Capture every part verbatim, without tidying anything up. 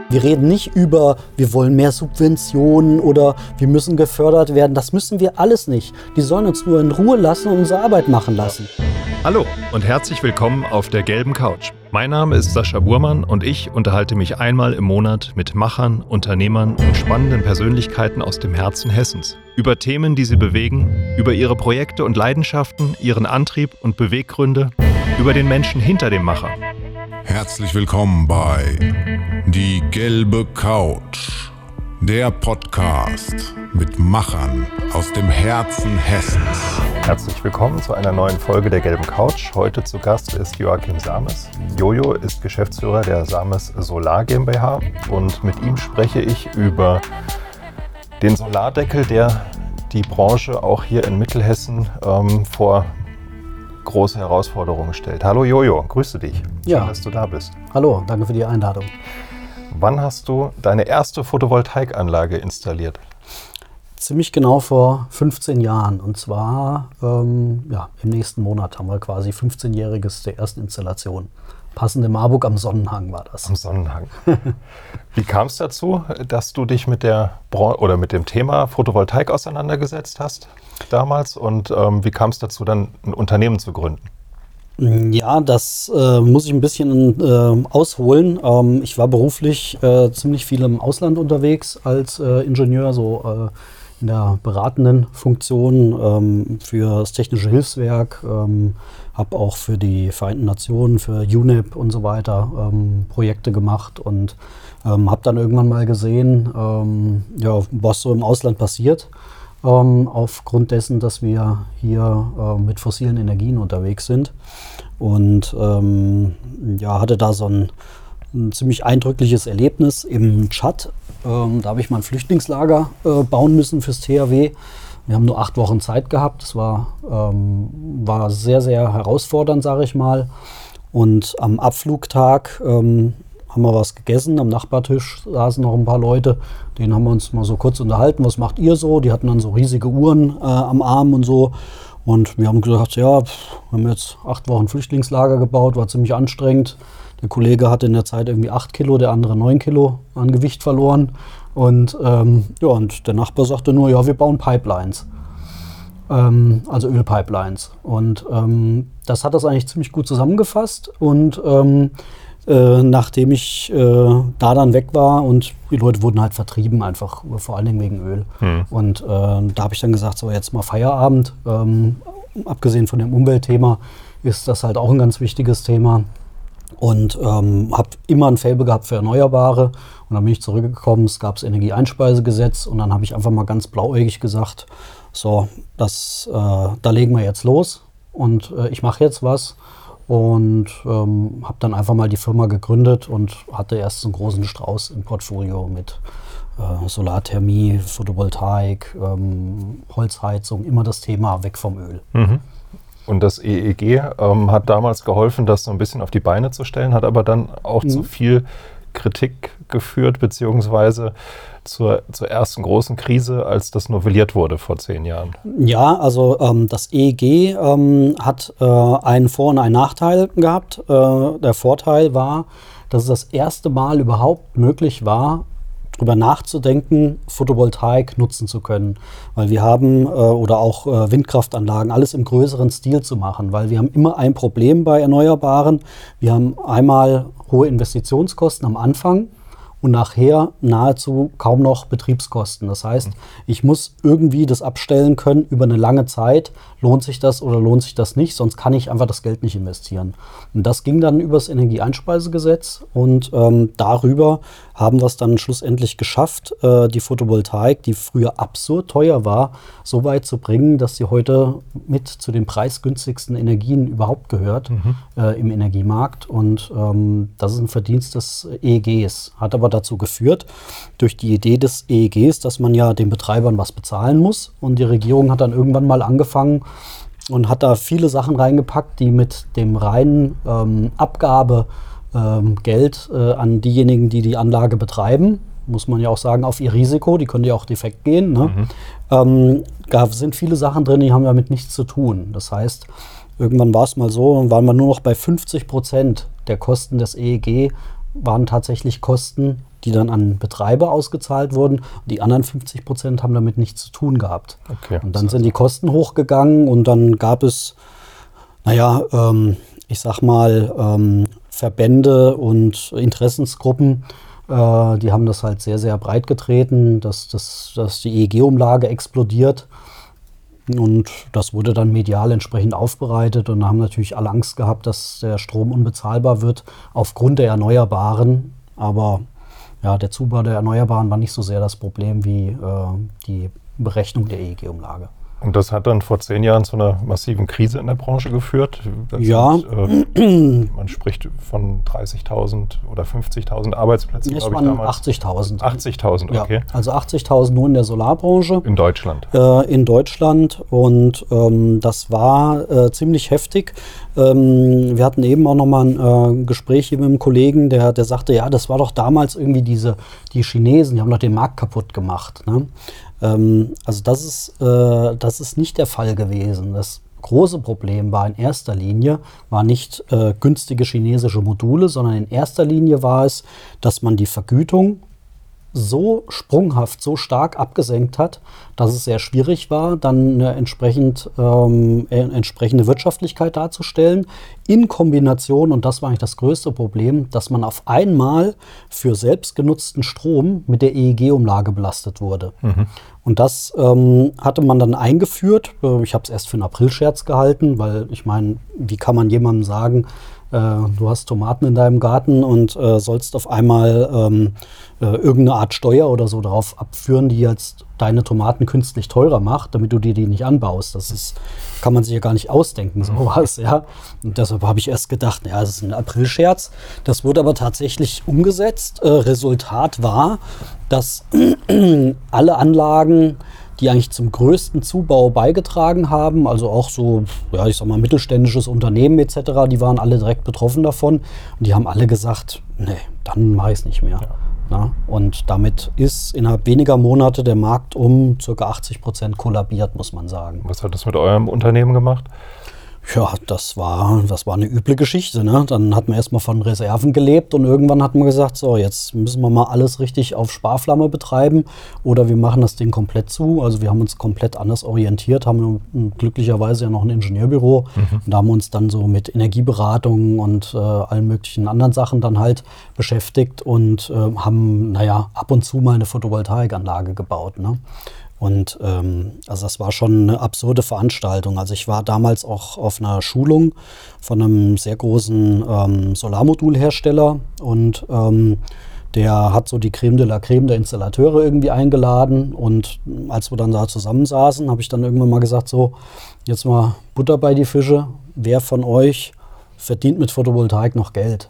Wir reden nicht über, wir wollen mehr Subventionen oder wir müssen gefördert werden. Das müssen wir alles nicht. Die sollen uns nur in Ruhe lassen und unsere Arbeit machen lassen. Hallo und herzlich willkommen auf der gelben Couch. Mein Name ist Sascha Burmann und ich unterhalte mich einmal im Monat mit Machern, Unternehmern und spannenden Persönlichkeiten aus dem Herzen Hessens. Über Themen, die sie bewegen, über ihre Projekte und Leidenschaften, ihren Antrieb und Beweggründe, über den Menschen hinter dem Macher. Herzlich willkommen bei Die gelbe Couch, der Podcast mit Machern aus dem Herzen Hessens. Herzlich willkommen zu einer neuen Folge der gelben Couch. Heute zu Gast ist Joachim Sames. Jojo ist Geschäftsführer der Sames Solar GmbH und mit ihm spreche ich über den Solardeckel, der die Branche auch hier in Mittelhessen ähm, vor große Herausforderungen stellt. Hallo Jojo, grüße dich. Ja. Schön, dass du da bist. Hallo, danke für die Einladung. Wann hast du deine erste Photovoltaikanlage installiert? Ziemlich genau vor fünfzehn Jahren. Und zwar ähm, ja, im nächsten Monat haben wir quasi fünfzehnjähriges der ersten Installation. Passend in Marburg am Sonnenhang war das. Am Sonnenhang. Wie kam es dazu, dass du dich mit der Bran- oder mit dem Thema Photovoltaik auseinandergesetzt hast damals? Und ähm, wie kam es dazu, dann ein Unternehmen zu gründen? Ja, das äh, muss ich ein bisschen äh, ausholen. Ähm, ich war beruflich äh, ziemlich viel im Ausland unterwegs als äh, Ingenieur, so äh, in der beratenden Funktion ähm, für das Technische Hilfswerk, ähm, habe auch für die Vereinten Nationen, für U N E P und so weiter ähm, Projekte gemacht und ähm, habe dann irgendwann mal gesehen, ähm, ja, was so im Ausland passiert. Ähm, aufgrund dessen, dass wir hier äh, mit fossilen Energien unterwegs sind. Und ähm, ja, hatte da so ein, ein ziemlich eindrückliches Erlebnis im Tschad. Ähm, da habe ich mal ein Flüchtlingslager äh, bauen müssen fürs T H W. Wir haben nur acht Wochen Zeit gehabt. Das war, ähm, war sehr, sehr herausfordernd, sage ich mal. Und am Abflugtag ähm, haben wir was gegessen. Am Nachbartisch saßen noch ein paar Leute. Denen haben wir uns mal so kurz unterhalten. Was macht ihr so? Die hatten dann so riesige Uhren äh, am Arm und so. Und wir haben gesagt, ja, pff, wir haben jetzt acht Wochen Flüchtlingslager gebaut. War ziemlich anstrengend. Der Kollege hatte in der Zeit irgendwie acht Kilo, der andere neun Kilo an Gewicht verloren. Und, ähm, ja, und der Nachbar sagte nur, ja, wir bauen Pipelines. Ähm, also Ölpipelines. Und ähm, das hat das eigentlich ziemlich gut zusammengefasst. Und ähm, Äh, nachdem ich äh, da dann weg war und die Leute wurden halt vertrieben, einfach vor allen Dingen wegen Öl. Hm. Und äh, da habe ich dann gesagt, so jetzt mal Feierabend. Ähm, abgesehen von dem Umweltthema ist das halt auch ein ganz wichtiges Thema. Und ähm, habe immer ein Faible gehabt für Erneuerbare. Und dann bin ich zurückgekommen, es gab das Energieeinspeisegesetz und dann habe ich einfach mal ganz blauäugig gesagt, so, das, äh, da legen wir jetzt los und äh, ich mache jetzt was. Und ähm, habe dann einfach mal die Firma gegründet und hatte erst einen großen Strauß im Portfolio mit äh, Solarthermie, Photovoltaik, ähm, Holzheizung, immer das Thema weg vom Öl. Mhm. Und das E E G ähm, hat damals geholfen, das so ein bisschen auf die Beine zu stellen, hat aber dann auch mhm. zu viel Kritik geführt, beziehungsweise zur, zur ersten großen Krise, als das novelliert wurde vor zehn Jahren. Ja, also ähm, das E E G ähm, hat äh, einen Vor- und einen Nachteil gehabt. Äh, der Vorteil war, dass es das erste Mal überhaupt möglich war, darüber nachzudenken, Photovoltaik nutzen zu können. Weil wir haben, äh, oder auch äh, Windkraftanlagen, alles im größeren Stil zu machen. Weil wir haben immer ein Problem bei Erneuerbaren. Wir haben einmal hohe Investitionskosten am Anfang und nachher nahezu kaum noch Betriebskosten. Das heißt, ich muss irgendwie das abstellen können über eine lange Zeit. Lohnt sich das oder lohnt sich das nicht? Sonst kann ich einfach das Geld nicht investieren. Und das ging dann über das Energieeinspeisegesetz und ähm, darüber haben wir es dann schlussendlich geschafft, äh, die Photovoltaik, die früher absurd teuer war, so weit zu bringen, dass sie heute mit zu den preisgünstigsten Energien überhaupt gehört mhm. äh, im Energiemarkt. Und ähm, das ist ein Verdienst des E E Gs. Hat aber dazu geführt, durch die Idee des E E Gs, dass man ja den Betreibern was bezahlen muss. Und die Regierung hat dann irgendwann mal angefangen und hat da viele Sachen reingepackt, die mit dem reinen ähm, Abgabe ähm, Geld äh, an diejenigen, die die Anlage betreiben, muss man ja auch sagen, auf ihr Risiko, die können ja auch defekt gehen. Ne? Mhm. Ähm, da sind viele Sachen drin, die haben damit nichts zu tun. Das heißt, irgendwann war es mal so, dann waren wir nur noch bei fünfzig Prozent der Kosten des E E G, waren tatsächlich Kosten, die dann an Betreiber ausgezahlt wurden. Und die anderen fünfzig Prozent haben damit nichts zu tun gehabt. Okay. Und dann sind die Kosten hochgegangen und dann gab es, naja, ähm, ich sag mal, ähm, Verbände und Interessensgruppen, äh, die haben das halt sehr, sehr breit getreten, dass, dass, dass die E E G-Umlage explodiert. Und das wurde dann medial entsprechend aufbereitet und da haben natürlich alle Angst gehabt, dass der Strom unbezahlbar wird aufgrund der Erneuerbaren. Aber ja, der Zubau der Erneuerbaren war nicht so sehr das Problem wie äh, die Berechnung der E E G-Umlage. Und das hat dann vor zehn Jahren zu einer massiven Krise in der Branche geführt. Das ja. Sind, äh, man spricht von dreißigtausend oder fünfzigtausend Arbeitsplätzen, Es glaube ich, waren damals. achtzigtausend. achtzigtausend, okay. Ja, also achtzigtausend nur in der Solarbranche. In Deutschland. Äh, in Deutschland und ähm, das war äh, ziemlich heftig. Ähm, wir hatten eben auch nochmal ein äh, Gespräch hier mit einem Kollegen, der, der sagte, ja, das war doch damals irgendwie diese, die Chinesen, die haben doch den Markt kaputt gemacht, ne? Ähm, also das ist, äh, das ist nicht der Fall gewesen. Das große Problem war in erster Linie, war nicht äh, günstige chinesische Module, sondern in erster Linie war es, dass man die Vergütung so sprunghaft, so stark abgesenkt hat, dass es sehr schwierig war, dann eine entsprechend, ähm, äh, entsprechende Wirtschaftlichkeit darzustellen. In Kombination, und das war eigentlich das größte Problem, dass man auf einmal für selbstgenutzten Strom mit der E E G-Umlage belastet wurde. Mhm. Und das ähm, hatte man dann eingeführt. Ich habe es erst für einen Aprilscherz gehalten, weil ich meine, wie kann man jemandem sagen, äh, du hast Tomaten in deinem Garten und äh, sollst auf einmal ähm, äh, irgendeine Art Steuer oder so darauf abführen, die jetzt deine Tomaten künstlich teurer macht, damit du dir die nicht anbaust. Das ist, kann man sich ja gar nicht ausdenken, sowas, ja. Und deshalb habe ich erst gedacht, ja, das ist ein Aprilscherz. Das wurde aber tatsächlich umgesetzt. Äh, Resultat war, dass alle Anlagen, die eigentlich zum größten Zubau beigetragen haben, also auch so, ja, ich sag mal, mittelständisches Unternehmen et cetera, die waren alle direkt betroffen davon. Und die haben alle gesagt, nee, dann mache ich es nicht mehr. Ja. Na, und damit ist innerhalb weniger Monate der Markt um ca. achtzig Prozent kollabiert, muss man sagen. Was hat das mit eurem Unternehmen gemacht? Ja, das war, das war eine üble Geschichte, ne? Dann hat man erstmal von Reserven gelebt und irgendwann hat man gesagt, so, jetzt müssen wir mal alles richtig auf Sparflamme betreiben oder wir machen das Ding komplett zu. Also wir haben uns komplett anders orientiert, haben glücklicherweise ja noch ein Ingenieurbüro. Mhm. Und da haben wir uns dann so mit Energieberatungen und äh, allen möglichen anderen Sachen dann halt beschäftigt und äh, haben, naja, ab und zu mal eine Photovoltaikanlage gebaut, ne? Und ähm, also das war schon eine absurde Veranstaltung. Also ich war damals auch auf einer Schulung von einem sehr großen ähm, Solarmodulhersteller und ähm, der hat so die Creme de la Creme der Installateure irgendwie eingeladen. Und als wir dann da zusammensaßen, habe ich dann irgendwann mal gesagt, so, jetzt mal Butter bei die Fische. Wer von euch verdient mit Photovoltaik noch Geld?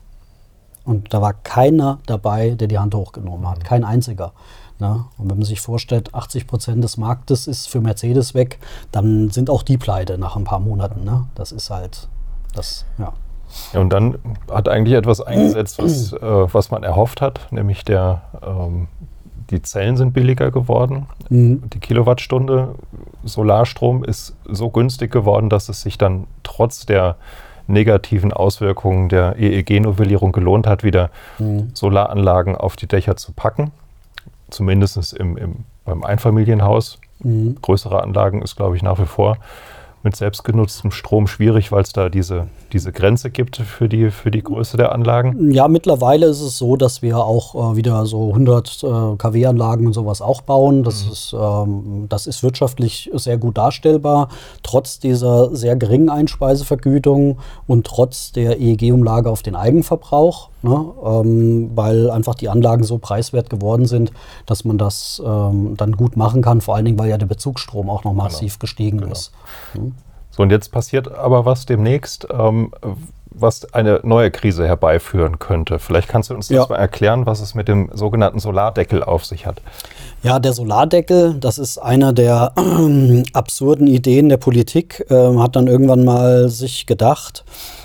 Und da war keiner dabei, der die Hand hochgenommen hat. Kein einziger. Na, und wenn man sich vorstellt, achtzig Prozent des Marktes ist für Mercedes weg, dann sind auch die pleite nach ein paar Monaten. Ne? Das ist halt das, ja. Ja, und dann hat eigentlich etwas eingesetzt, was, äh, was man erhofft hat, nämlich der, ähm, die Zellen sind billiger geworden. Mhm. Die Kilowattstunde Solarstrom ist so günstig geworden, dass es sich dann trotz der negativen Auswirkungen der E E G-Novellierung gelohnt hat, wieder mhm. Solaranlagen auf die Dächer zu packen. Zumindest im, im, beim Einfamilienhaus. Mhm. Größere Anlagen ist, glaube ich, nach wie vor mit selbstgenutztem Strom schwierig, weil es da diese, diese Grenze gibt für die, für die Größe der Anlagen. Ja, mittlerweile ist es so, dass wir auch äh, wieder so hundert äh, Kilowatt-Anlagen und sowas auch bauen. Das, mhm. ist, ähm, das ist wirtschaftlich sehr gut darstellbar, trotz dieser sehr geringen Einspeisevergütung und trotz der E E G-Umlage auf den Eigenverbrauch. Ne, ähm, weil einfach die Anlagen so preiswert geworden sind, dass man das ähm, dann gut machen kann, vor allen Dingen, weil ja der Bezugsstrom auch noch massiv genau. gestiegen genau. ist. Hm. So, und jetzt passiert aber was demnächst, ähm, was eine neue Krise herbeiführen könnte. Vielleicht kannst du uns das ja. mal erklären, was es mit dem sogenannten Solardeckel auf sich hat. Ja, der Solardeckel, das ist eine der äh, absurden Ideen der Politik, äh, hat dann irgendwann mal sich gedacht,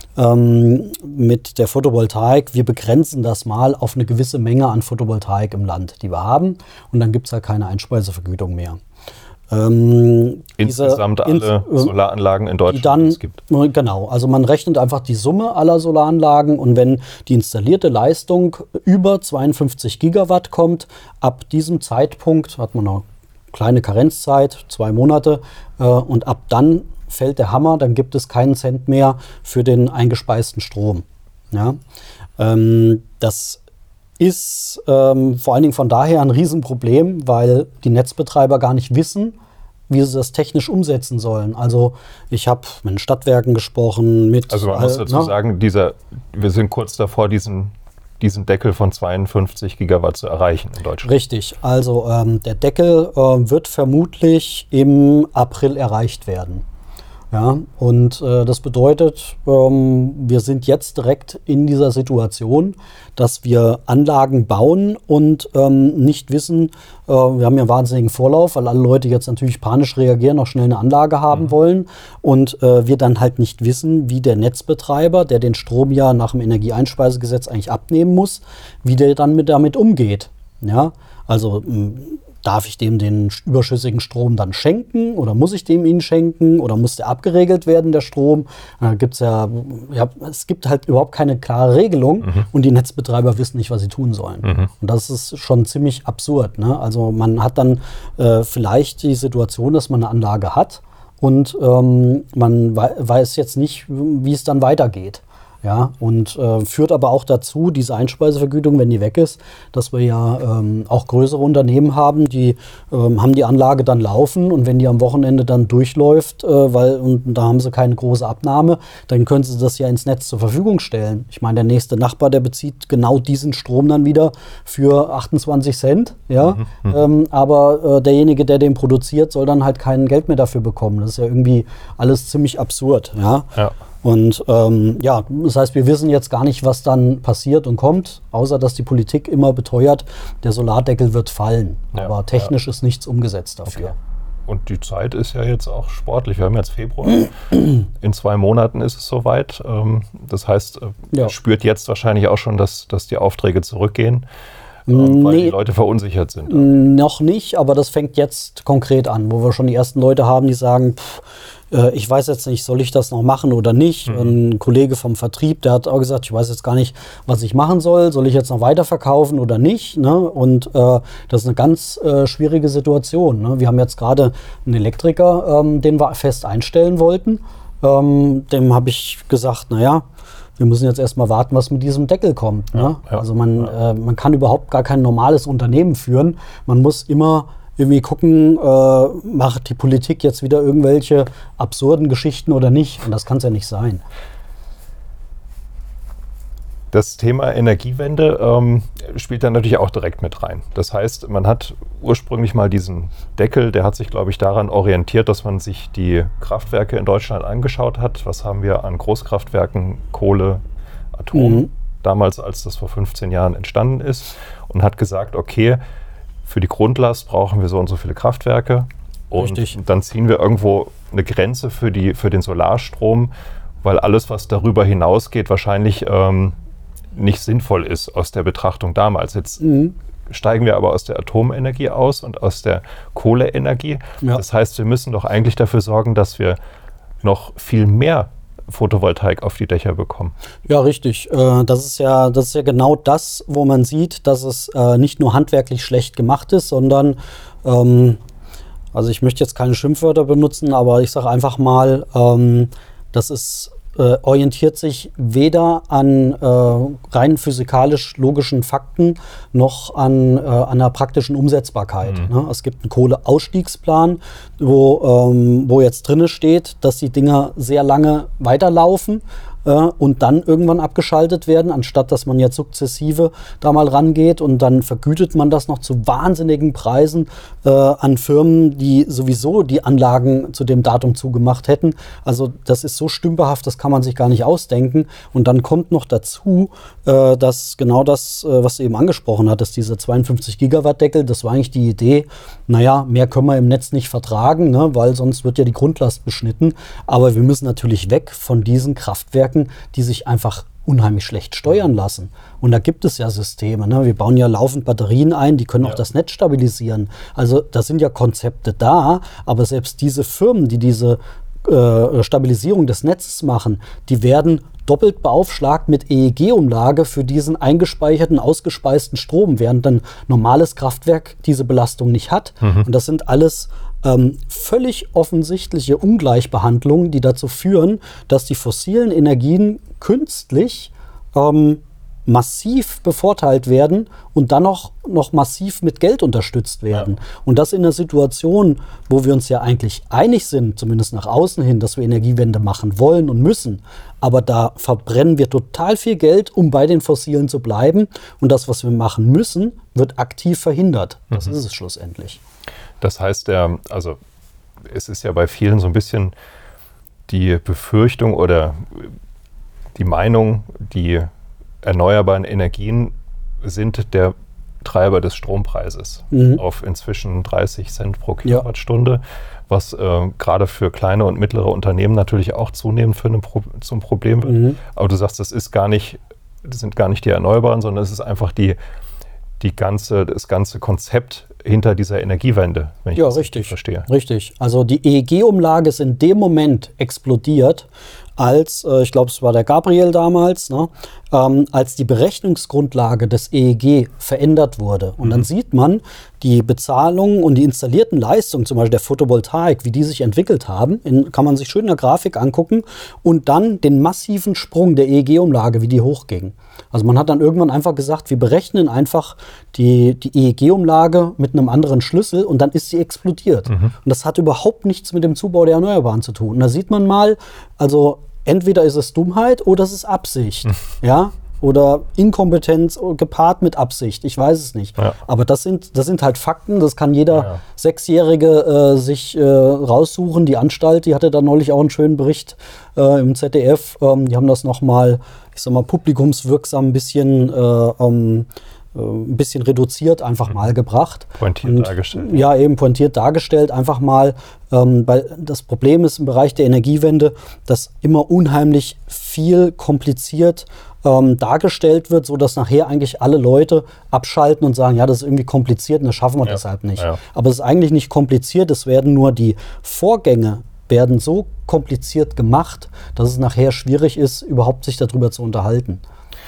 Ähm, mit der Photovoltaik, wir begrenzen das mal auf eine gewisse Menge an Photovoltaik im Land, die wir haben, und dann gibt es halt keine Einspeisevergütung mehr. Ähm, Insgesamt diese, alle ins, Solaranlagen in Deutschland, die dann, die es gibt. Genau, also man rechnet einfach die Summe aller Solaranlagen und wenn die installierte Leistung über zweiundfünfzig Gigawatt kommt, ab diesem Zeitpunkt hat man noch kleine Karenzzeit, zwei Monate, äh, und ab dann fällt der Hammer, dann gibt es keinen Cent mehr für den eingespeisten Strom. Ja? Ähm, das ist ähm, vor allen Dingen von daher ein Riesenproblem, weil die Netzbetreiber gar nicht wissen, wie sie das technisch umsetzen sollen. Also ich habe mit den Stadtwerken gesprochen, mit... Also man muss dazu ne? sagen, dieser, wir sind kurz davor, diesen, diesen Deckel von zweiundfünfzig Gigawatt zu erreichen in Deutschland. Richtig, also ähm, der Deckel äh, wird vermutlich im April erreicht werden. Ja, und äh, das bedeutet, ähm, wir sind jetzt direkt in dieser Situation, dass wir Anlagen bauen und ähm, nicht wissen, äh, wir haben ja einen wahnsinnigen Vorlauf, weil alle Leute jetzt natürlich panisch reagieren, noch schnell eine Anlage haben mhm. wollen und äh, wir dann halt nicht wissen, wie der Netzbetreiber, der den Strom ja nach dem Energieeinspeisegesetz eigentlich abnehmen muss, wie der dann mit damit umgeht. Ja, also mh, darf ich dem den überschüssigen Strom dann schenken oder muss ich dem ihn schenken oder muss der abgeregelt werden, der Strom? Da gibt's ja, ja, es gibt halt überhaupt keine klare Regelung mhm. und die Netzbetreiber wissen nicht, was sie tun sollen. Mhm. Und das ist schon ziemlich absurd. Ne? Also man hat dann äh, vielleicht die Situation, dass man eine Anlage hat und ähm, man wei- weiß jetzt nicht, wie es dann weitergeht. Ja, und äh, führt aber auch dazu, diese Einspeisevergütung, wenn die weg ist, dass wir ja ähm, auch größere Unternehmen haben, die ähm, haben die Anlage dann laufen und wenn die am Wochenende dann durchläuft, äh, weil und da haben sie keine große Abnahme, dann können sie das ja ins Netz zur Verfügung stellen. Ich meine, der nächste Nachbar, der bezieht genau diesen Strom dann wieder für achtundzwanzig Cent, ja, mhm, ähm, aber äh, derjenige, der den produziert, soll dann halt kein Geld mehr dafür bekommen. Das ist ja irgendwie alles ziemlich absurd, ja. Ja. Und ähm, ja, das heißt, wir wissen jetzt gar nicht, was dann passiert und kommt, außer dass die Politik immer beteuert, der Solardeckel wird fallen. Ja, aber technisch ja. ist nichts umgesetzt dafür. Okay. Und die Zeit ist ja jetzt auch sportlich. Wir haben jetzt Februar. In zwei Monaten ist es soweit. Das heißt, ja. spürt jetzt wahrscheinlich auch schon, dass, dass die Aufträge zurückgehen, ähm, weil nee, die Leute verunsichert sind. Noch nicht, aber das fängt jetzt konkret an, wo wir schon die ersten Leute haben, die sagen, pff, ich weiß jetzt nicht, soll ich das noch machen oder nicht? Mhm. Ein Kollege vom Vertrieb, der hat auch gesagt, ich weiß jetzt gar nicht, was ich machen soll. Soll ich jetzt noch weiterverkaufen oder nicht? Ne? Und äh, das ist eine ganz äh, schwierige Situation. Ne? Wir haben jetzt gerade einen Elektriker, ähm, den wir fest einstellen wollten. Ähm, dem habe ich gesagt, naja, wir müssen jetzt erstmal warten, was mit diesem Deckel kommt. Ne? Ja, ja, also man, ja. äh, man kann überhaupt gar kein normales Unternehmen führen. Man muss immer irgendwie gucken, äh, macht die Politik jetzt wieder irgendwelche absurden Geschichten oder nicht? Und das kann es ja nicht sein. Das Thema Energiewende ähm, spielt dann natürlich auch direkt mit rein. Das heißt, man hat ursprünglich mal diesen Deckel, der hat sich, glaube ich, daran orientiert, dass man sich die Kraftwerke in Deutschland angeschaut hat. Was haben wir an Großkraftwerken, Kohle, Atom, mhm. damals, als das vor fünfzehn Jahren entstanden ist, und hat gesagt, okay, für die Grundlast brauchen wir so und so viele Kraftwerke. Und Richtig. Dann ziehen wir irgendwo eine Grenze für, die, für den Solarstrom, weil alles, was darüber hinausgeht, wahrscheinlich ähm, nicht sinnvoll ist aus der Betrachtung damals. Jetzt mhm. steigen wir aber aus der Atomenergie aus und aus der Kohleenergie. Ja. Das heißt, wir müssen doch eigentlich dafür sorgen, dass wir noch viel mehr Photovoltaik auf die Dächer bekommen. Ja, richtig. Das ist ja, das ist ja genau das, wo man sieht, dass es nicht nur handwerklich schlecht gemacht ist, sondern, ähm, also ich möchte jetzt keine Schimpfwörter benutzen, aber ich sage einfach mal, ähm, das ist Äh, orientiert sich weder an äh, rein physikalisch-logischen Fakten noch an, äh, an einer praktischen Umsetzbarkeit. Mhm. Ne? Es gibt einen Kohleausstiegsplan, wo, ähm, wo jetzt drin steht, dass die Dinger sehr lange weiterlaufen äh, und dann irgendwann abgeschaltet werden, anstatt dass man jetzt sukzessive da mal rangeht und dann vergütet man das noch zu wahnsinnigen Preisen äh, an Firmen, die sowieso die Anlagen zu dem Datum zugemacht hätten. Also das ist so stümperhaft, das kann man sich gar nicht ausdenken. Und dann kommt noch dazu, äh, dass genau das, äh, was du eben angesprochen hattest, dieser zweiundfünfzig Gigawatt Deckel, das war eigentlich die Idee, naja, mehr können wir im Netz nicht vertragen, ne, weil sonst wird ja die Grundlast beschnitten. Aber wir müssen natürlich weg von diesen Kraftwerken, die sich einfach unheimlich schlecht steuern lassen. Und da gibt es ja Systeme. Ne? Wir bauen ja laufend Batterien ein, die können ja auch das Netz stabilisieren. Also da sind ja Konzepte da, aber selbst diese Firmen, die diese äh, Stabilisierung des Netzes machen, die werden doppelt beaufschlagt mit E E G-Umlage für diesen eingespeicherten, ausgespeisten Strom, während ein normales Kraftwerk diese Belastung nicht hat. Mhm. Und das sind alles ähm, völlig offensichtliche Ungleichbehandlungen, die dazu führen, dass die fossilen Energien künstlich ähm, massiv bevorteilt werden und dann noch, noch massiv mit Geld unterstützt werden. Ja. Und das in einer Situation, wo wir uns ja eigentlich einig sind, zumindest nach außen hin, dass wir Energiewende machen wollen und müssen. Aber da verbrennen wir total viel Geld, um bei den Fossilen zu bleiben. Und das, was wir machen müssen, wird aktiv verhindert. Das mhm. ist es schlussendlich. Das heißt, der, also es ist ja bei vielen so ein bisschen die Befürchtung oder die Meinung, die erneuerbaren Energien sind der Treiber des Strompreises mhm. auf inzwischen dreißig Cent pro Kilowattstunde, ja. was äh, gerade für kleine und mittlere Unternehmen natürlich auch zunehmend für ein Pro- zum Problem wird. Mhm. Aber du sagst, das ist gar nicht, das sind gar nicht die Erneuerbaren, sondern es ist einfach die, die ganze, das ganze Konzept hinter dieser Energiewende, wenn ich ja, das richtig verstehe. Richtig. Also die E E G-Umlage ist in dem Moment explodiert, als, äh, ich glaube, es war der Gabriel damals, ne, ähm, als die Berechnungsgrundlage des E E G verändert wurde. Und mhm. dann sieht man die Bezahlungen und die installierten Leistungen, zum Beispiel der Photovoltaik, wie die sich entwickelt haben, in, kann man sich schön in der Grafik angucken, und dann den massiven Sprung der E E G-Umlage, wie die hochging. Also man hat dann irgendwann einfach gesagt, wir berechnen einfach die, die E E G-Umlage mit einem anderen Schlüssel und dann ist sie explodiert. Mhm. Und das hat überhaupt nichts mit dem Zubau der Erneuerbaren zu tun. Und da sieht man mal, also entweder ist es Dummheit oder es ist Absicht. Mhm. Ja? Oder Inkompetenz gepaart mit Absicht. Ich weiß es nicht. Ja. Aber das sind, das sind halt Fakten. Das kann jeder ja. Sechsjährige äh, sich äh, raussuchen. Die Anstalt, die hatte da neulich auch einen schönen Bericht äh, im Z D F. Ähm, die haben das nochmal, ich sag mal, publikumswirksam ein bisschen äh, ähm, ein bisschen reduziert einfach mhm. mal gebracht. Pointiert und, dargestellt. Ja, eben pointiert dargestellt, einfach mal, ähm, weil das Problem ist im Bereich der Energiewende, dass immer unheimlich viel kompliziert ähm, dargestellt wird, sodass nachher eigentlich alle Leute abschalten und sagen, ja, das ist irgendwie kompliziert und das schaffen wir ja. deshalb nicht. Ja. Aber es ist eigentlich nicht kompliziert, es werden nur die Vorgänge werden so kompliziert gemacht, dass es nachher schwierig ist, überhaupt sich darüber zu unterhalten.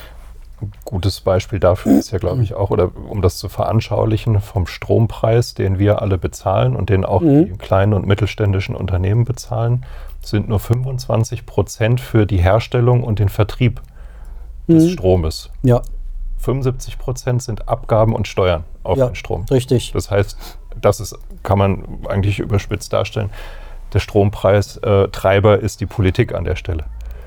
Gutes Beispiel dafür ist ja, glaube ich, auch, oder um das zu veranschaulichen, vom Strompreis, den wir alle bezahlen und den auch mhm. die kleinen und mittelständischen Unternehmen bezahlen, sind nur fünfundzwanzig Prozent für die Herstellung und den Vertrieb mhm. des Stromes. Ja. fünfundsiebzig Prozent sind Abgaben und Steuern auf ja, den Strom. Richtig. Das heißt, das ist, kann man eigentlich überspitzt darstellen, der Strompreistreiber ist die Politik an der Stelle.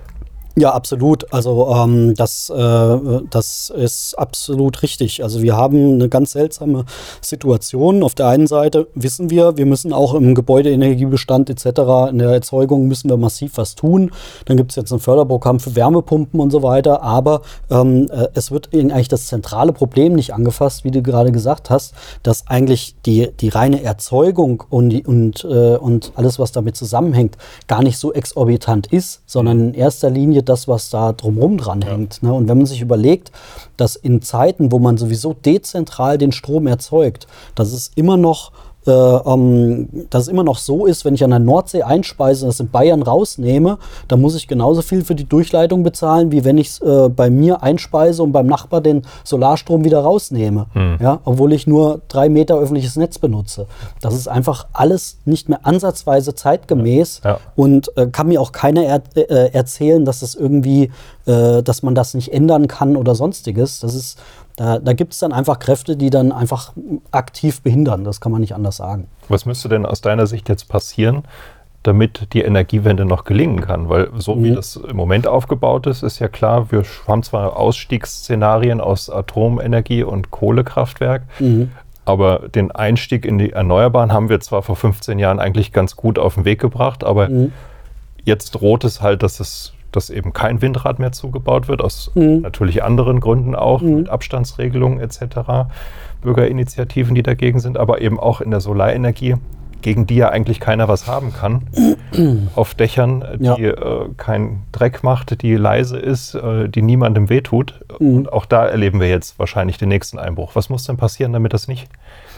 Ja, absolut. Also ähm, das, äh, das ist absolut richtig. Also wir haben eine ganz seltsame Situation. Auf der einen Seite wissen wir, wir müssen auch im Gebäudeenergiebestand et cetera, in der Erzeugung müssen wir massiv was tun. Dann gibt es jetzt ein Förderprogramm für Wärmepumpen und so weiter. Aber ähm, äh, es wird eigentlich das zentrale Problem nicht angefasst, wie du gerade gesagt hast, dass eigentlich die, die reine Erzeugung und, die, und, äh, und alles, was damit zusammenhängt, gar nicht so exorbitant ist, sondern in erster Linie das, was da drumherum dran hängt. Ja. Ne? Und wenn man sich überlegt, dass in Zeiten, wo man sowieso dezentral den Strom erzeugt, dass es immer noch Äh, ähm, dass es immer noch so ist, wenn ich an der Nordsee einspeise und das in Bayern rausnehme, dann muss ich genauso viel für die Durchleitung bezahlen, wie wenn ich es äh, bei mir einspeise und beim Nachbar den Solarstrom wieder rausnehme. Hm. Ja, obwohl ich nur drei Meter öffentliches Netz benutze. Das ist einfach alles nicht mehr ansatzweise zeitgemäß ja. und äh, kann mir auch keiner er äh, erzählen, dass das irgendwie, äh, dass man das nicht ändern kann oder sonstiges. Das ist Da, da gibt es dann einfach Kräfte, die dann einfach aktiv behindern. Das kann man nicht anders sagen. Was müsste denn aus deiner Sicht jetzt passieren, damit die Energiewende noch gelingen kann? Weil so mhm. wie das im Moment aufgebaut ist, ist ja klar, wir haben zwar Ausstiegsszenarien aus Atomenergie und Kohlekraftwerk, mhm. aber den Einstieg in die Erneuerbaren haben wir zwar vor fünfzehn Jahren eigentlich ganz gut auf den Weg gebracht, aber mhm. jetzt droht es halt, dass es dass eben kein Windrad mehr zugebaut wird, aus mhm. natürlich anderen Gründen auch, mhm. mit Abstandsregelungen et cetera, Bürgerinitiativen, die dagegen sind, aber eben auch in der Solarenergie gegen die ja eigentlich keiner was haben kann, auf Dächern, die ja. äh, keinen Dreck macht, die leise ist, äh, die niemandem wehtut. Mhm. Und auch da erleben wir jetzt wahrscheinlich den nächsten Einbruch. Was muss denn passieren, damit das nicht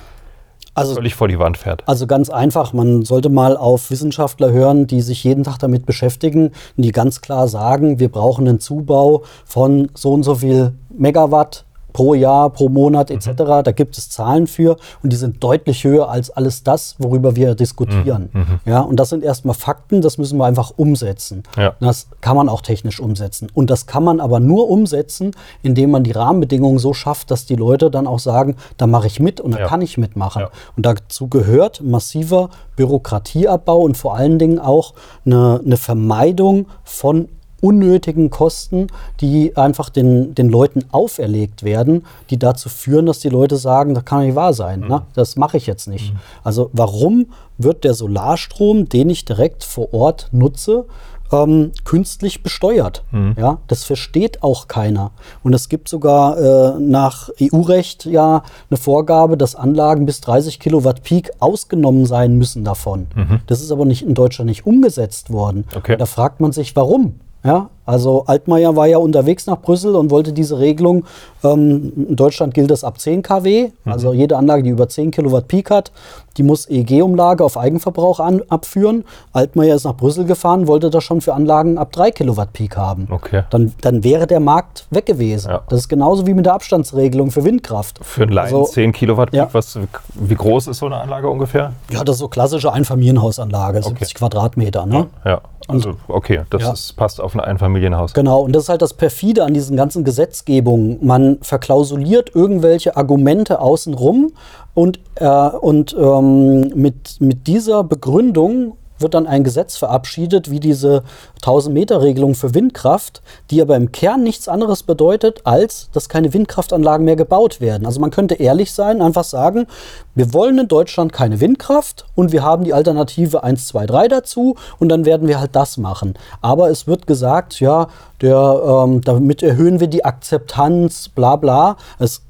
also, völlig vor die Wand fährt? Also ganz einfach, man sollte mal auf Wissenschaftler hören, die sich jeden Tag damit beschäftigen und die ganz klar sagen, wir brauchen einen Zubau von so und so viel Megawatt pro Jahr, pro Monat et cetera. Mhm. Da gibt es Zahlen für und die sind deutlich höher als alles das, worüber wir diskutieren. Mhm. Ja, und das sind erstmal Fakten, das müssen wir einfach umsetzen. Ja. Das kann man auch technisch umsetzen. Und das kann man aber nur umsetzen, indem man die Rahmenbedingungen so schafft, dass die Leute dann auch sagen, da mache ich mit und da ja. kann ich mitmachen. Ja. Und dazu gehört massiver Bürokratieabbau und vor allen Dingen auch eine, eine Vermeidung von unnötigen Kosten, die einfach den, den Leuten auferlegt werden, die dazu führen, dass die Leute sagen, das kann nicht wahr sein, mhm. ne? Das mache ich jetzt nicht. Mhm. Also warum wird der Solarstrom, den ich direkt vor Ort nutze, ähm, künstlich besteuert? Mhm. Ja, das versteht auch keiner. Und es gibt sogar äh, nach E U-Recht ja eine Vorgabe, dass Anlagen bis dreißig Kilowatt Peak ausgenommen sein müssen davon. Mhm. Das ist aber nicht in Deutschland nicht umgesetzt worden. Okay. Da fragt man sich, warum? Ja, also Altmaier war ja unterwegs nach Brüssel und wollte diese Regelung, ähm, in Deutschland gilt das ab zehn Kilowatt, mhm. also jede Anlage, die über zehn Kilowatt Peak hat, die muss E E G-Umlage auf Eigenverbrauch an, abführen. Altmaier ist nach Brüssel gefahren, wollte das schon für Anlagen ab drei Kilowatt Peak haben. Okay. Dann, dann wäre der Markt weg gewesen. Ja. Das ist genauso wie mit der Abstandsregelung für Windkraft. Für einen Laien also, zehn Kilowatt Peak, ja. was, wie groß ist so eine Anlage ungefähr? Ja, das ist so klassische Einfamilienhausanlage, okay. siebzig Quadratmeter. Ne? Ja, ja. Also okay, das ja. ist, passt auf ein Einfamilienhaus. Genau, und das ist halt das Perfide an diesen ganzen Gesetzgebungen. Man verklausuliert irgendwelche Argumente außenrum und, äh, und ähm, mit, mit dieser Begründung wird dann ein Gesetz verabschiedet, wie diese tausend-Meter-Regelung für Windkraft, die aber im Kern nichts anderes bedeutet, als dass keine Windkraftanlagen mehr gebaut werden. Also man könnte ehrlich sein, einfach sagen, wir wollen in Deutschland keine Windkraft und wir haben die Alternative eins, zwei, drei dazu und dann werden wir halt das machen. Aber es wird gesagt, ja, der, ähm, damit erhöhen wir die Akzeptanz, bla bla. Es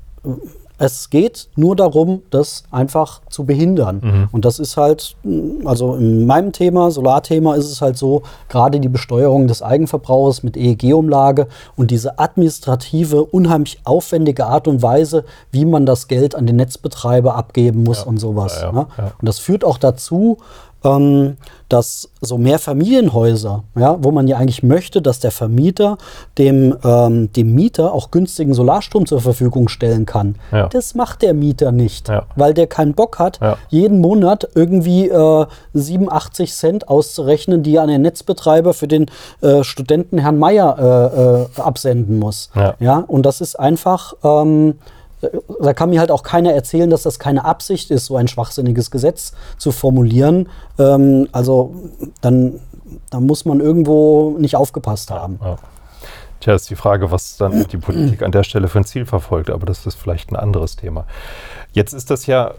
Es geht nur darum, das einfach zu behindern. Mhm. Und das ist halt, also in meinem Thema, Solarthema, ist es halt so, gerade die Besteuerung des Eigenverbrauchs mit E E G-Umlage und diese administrative, unheimlich aufwendige Art und Weise, wie man das Geld an den Netzbetreiber abgeben muss ja. und sowas. Ja, ja, ne? ja. Und das führt auch dazu, Ähm, dass so Mehrfamilienhäuser, ja, wo man ja eigentlich möchte, dass der Vermieter dem, ähm, dem Mieter auch günstigen Solarstrom zur Verfügung stellen kann. Ja. Das macht der Mieter nicht, ja. weil der keinen Bock hat, ja. jeden Monat irgendwie äh, siebenundachtzig Cent auszurechnen, die er an den Netzbetreiber für den äh, Studenten Herrn Meier äh, äh, absenden muss. Ja. Ja? Und das ist einfach... Ähm, Da kann mir halt auch keiner erzählen, dass das keine Absicht ist, so ein schwachsinniges Gesetz zu formulieren. Ähm, also dann, dann muss man irgendwo nicht aufgepasst haben. Ja. Tja, ist die Frage, was dann die Politik an der Stelle für ein Ziel verfolgt. Aber das ist vielleicht ein anderes Thema. Jetzt ist das ja,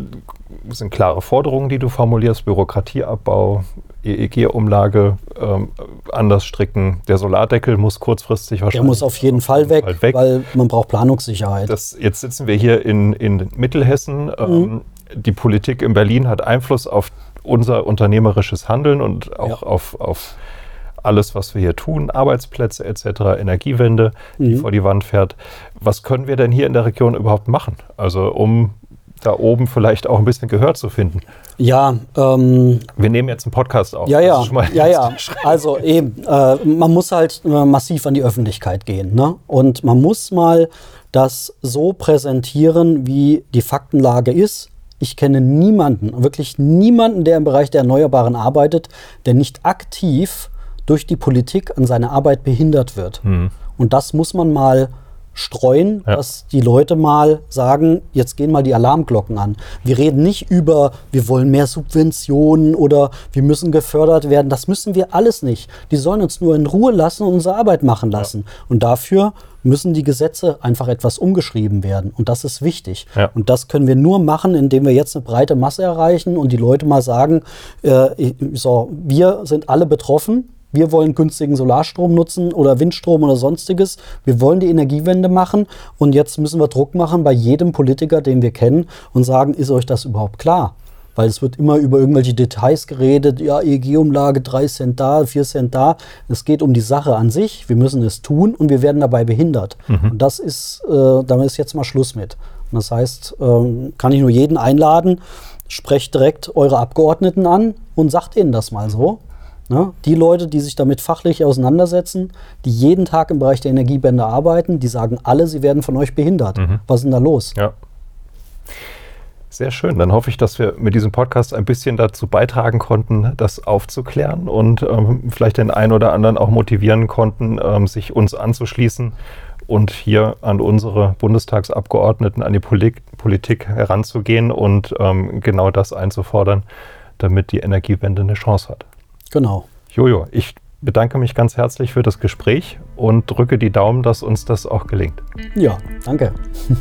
das sind klare Forderungen, die du formulierst. Bürokratieabbau, E E G-Umlage ähm, anders stricken. Der Solardeckel muss kurzfristig wahrscheinlich... Der muss auf jeden auf Fall jeden weg, Fall weg, weil man braucht Planungssicherheit. Das, jetzt sitzen wir hier in, in Mittelhessen. Mhm. Ähm, die Politik in Berlin hat Einfluss auf unser unternehmerisches Handeln und auch ja. auf, auf alles, was wir hier tun. Arbeitsplätze et cetera, Energiewende, die mhm. vor die Wand fährt. Was können wir denn hier in der Region überhaupt machen? Also um da oben vielleicht auch ein bisschen Gehör zu finden. Ja, ähm, wir nehmen jetzt einen Podcast auf. Ja, ja, ja, ja. Also eben, äh, man muss halt äh, massiv an die Öffentlichkeit gehen, ne? Und man muss mal das so präsentieren, wie die Faktenlage ist. Ich kenne niemanden, wirklich niemanden, der im Bereich der Erneuerbaren arbeitet, der nicht aktiv durch die Politik an seiner Arbeit behindert wird. Hm. Und das muss man mal streuen, ja. dass die Leute mal sagen, jetzt gehen mal die Alarmglocken an. Wir reden nicht über, wir wollen mehr Subventionen oder wir müssen gefördert werden. Das müssen wir alles nicht. Die sollen uns nur in Ruhe lassen und unsere Arbeit machen lassen. Ja. Und dafür müssen die Gesetze einfach etwas umgeschrieben werden. Und das ist wichtig. Ja. Und das können wir nur machen, indem wir jetzt eine breite Masse erreichen und die Leute mal sagen, äh, so, wir sind alle betroffen. Wir wollen günstigen Solarstrom nutzen oder Windstrom oder sonstiges. Wir wollen die Energiewende machen und jetzt müssen wir Druck machen bei jedem Politiker, den wir kennen und sagen, ist euch das überhaupt klar? Weil es wird immer über irgendwelche Details geredet, ja, E E G-Umlage, drei Cent da, vier Cent da. Es geht um die Sache an sich, wir müssen es tun und wir werden dabei behindert. Mhm. Und das ist, äh, damit ist jetzt mal Schluss mit. Und das heißt, ähm, kann ich nur jeden einladen, sprecht direkt eure Abgeordneten an und sagt ihnen das mal so. Ne? Die Leute, die sich damit fachlich auseinandersetzen, die jeden Tag im Bereich der Energiewende arbeiten, die sagen alle, sie werden von euch behindert. Mhm. Was ist denn da los? Ja. Sehr schön. Dann hoffe ich, dass wir mit diesem Podcast ein bisschen dazu beitragen konnten, das aufzuklären und ähm, vielleicht den einen oder anderen auch motivieren konnten, ähm, sich uns anzuschließen und hier an unsere Bundestagsabgeordneten, an die Polit- Politik heranzugehen und ähm, genau das einzufordern, damit die Energiewende eine Chance hat. Genau. Jojo, ich bedanke mich ganz herzlich für das Gespräch und drücke die Daumen, dass uns das auch gelingt. Ja, danke.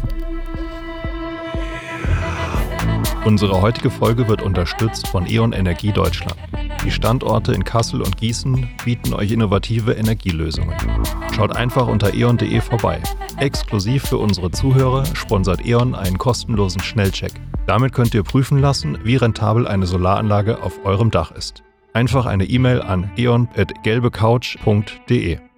Unsere heutige Folge wird unterstützt von E.ON Energie Deutschland. Die Standorte in Kassel und Gießen bieten euch innovative Energielösungen. Schaut einfach unter e on punkt de vorbei. Exklusiv für unsere Zuhörer sponsert E.ON einen kostenlosen Schnellcheck. Damit könnt ihr prüfen lassen, wie rentabel eine Solaranlage auf eurem Dach ist. Einfach eine E-Mail an e on punkt gelbecouch punkt de.